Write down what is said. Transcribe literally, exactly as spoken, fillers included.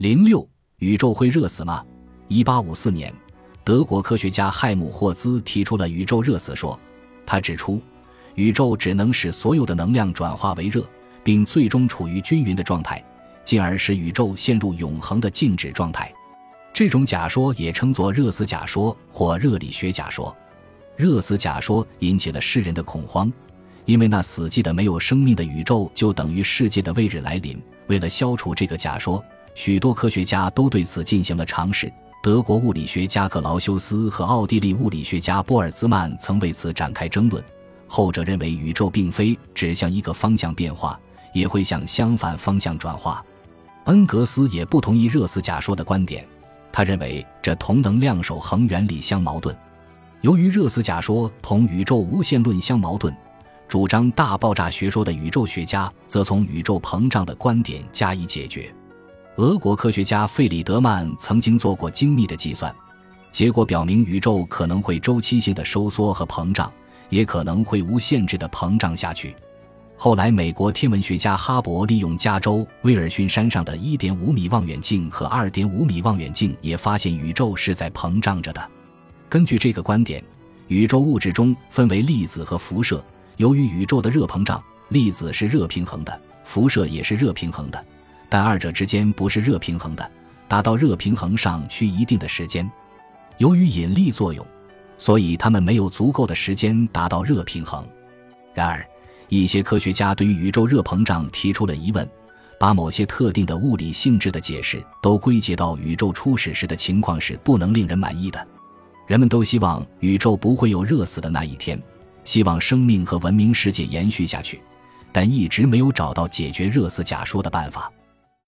零六宇宙会热死吗？一八五四年，德国科学家海姆霍兹提出了宇宙热死说。他指出，宇宙只能使所有的能量转化为热，并最终处于均匀的状态，进而使宇宙陷入永恒的静止状态。这种假说也称作热死假说或热力学假说。热死假说引起了世人的恐慌，因为那死寂的没有生命的宇宙就等于世界的未日来临。为了消除这个假说，许多科学家都对此进行了尝试。德国物理学家克劳修斯和奥地利物理学家波尔兹曼曾为此展开争论，后者认为宇宙并非只向一个方向变化，也会向相反方向转化。恩格斯也不同意热死假说的观点，他认为这同能量守恒原理相矛盾。由于热死假说同宇宙无限论相矛盾，主张大爆炸学说的宇宙学家则从宇宙膨胀的观点加以解决。俄国科学家费里德曼曾经做过精密的计算，结果表明宇宙可能会周期性的收缩和膨胀，也可能会无限制的膨胀下去。后来美国天文学家哈勃利用加州威尔逊山上的 一点五米望远镜和 二点五米望远镜也发现宇宙是在膨胀着的。根据这个观点，宇宙物质中分为粒子和辐射，由于宇宙的热膨胀，粒子是热平衡的，辐射也是热平衡的，但二者之间不是热平衡的，达到热平衡上需一定的时间。由于引力作用，所以它们没有足够的时间达到热平衡。然而，一些科学家对于宇宙热膨胀提出了疑问，把某些特定的物理性质的解释都归结到宇宙初始时的情况是不能令人满意的。人们都希望宇宙不会有热死的那一天，希望生命和文明世界延续下去，但一直没有找到解决热死假说的办法。